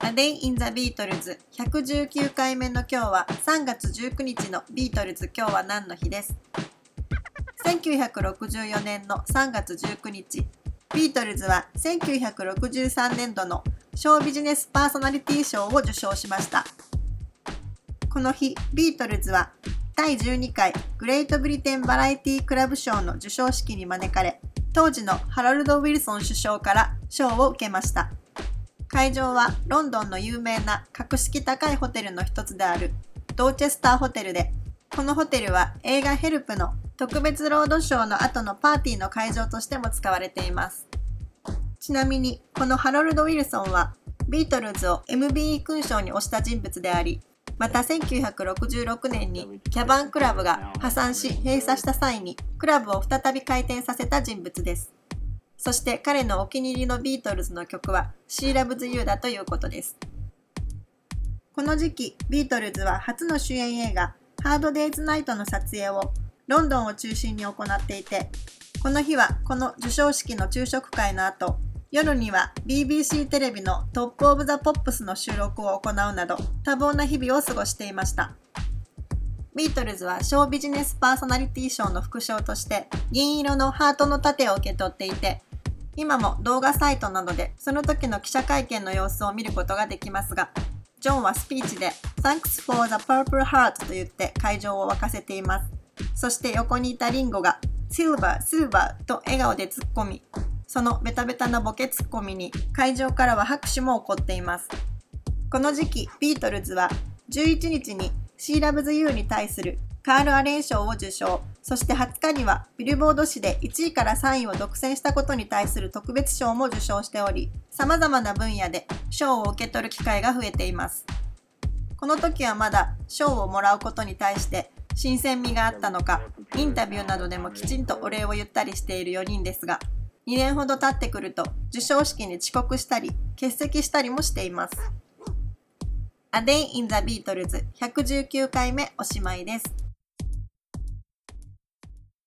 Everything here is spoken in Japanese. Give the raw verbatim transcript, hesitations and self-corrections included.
A Day in the Beatles ひゃくじゅうきゅうかいめの今日はさんがつじゅうくにちのビートルズ今日は何の日です。せんきゅうひゃくろくじゅうよねんのさんがつじゅうくにち、ビートルズはせんきゅうひゃくろくじゅうさんねんどのショービジネスパーソナリティ賞を受賞しました。この日、ビートルズはだいじゅうにかいグレートブリテンバラエティクラブ賞の授賞式に招かれ、当時のハロルド・ウィルソン首相から賞を受けました。会場はロンドンの有名な格式高いホテルの一つであるドーチェスターホテルで、このホテルは映画ヘルプの特別ロードショーの後のパーティーの会場としても使われています。ちなみにこのハロルド・ウィルソンはビートルズを エムビーイー 勲章に推した人物であり、またせんきゅうひゃくろくじゅうろくねんにキャバンクラブが破産し閉鎖した際にクラブを再び開店させた人物です。そして彼のお気に入りのビートルズの曲は She Loves You だということです。この時期、ビートルズは初の主演映画 Hard Day's Night の撮影をロンドンを中心に行っていて、この日はこの授賞式の昼食会の後、夜には ビービーシー テレビのトップオブザポップスの収録を行うなど多忙な日々を過ごしていました。ビートルズはショービジネスパーソナリティ賞の副賞として銀色のハートの盾を受け取っていて、今も動画サイトなどでその時の記者会見の様子を見ることができますが、ジョンはスピーチで Thanks for the Purple Heart と言って会場を沸かせています。そして横にいたリンゴが Silver, Silver と笑顔で突っ込み、そのベタベタなボケツッコミに会場からは拍手も起こっています。この時期、ビートルズはじゅういちにちに She Loves You に対するカール・アレン賞を受賞、そしてはつかにはビルボード誌でいちいからさんいを独占したことに対する特別賞も受賞しており、様々な分野で賞を受け取る機会が増えています。この時はまだ賞をもらうことに対して新鮮味があったのか、インタビューなどでもきちんとお礼を言ったりしているよにんですが、にねんほど経ってくると授賞式に遅刻したり欠席したりもしています。A Day in the Beatles ひゃくじゅうきゅうかいめおしまいです。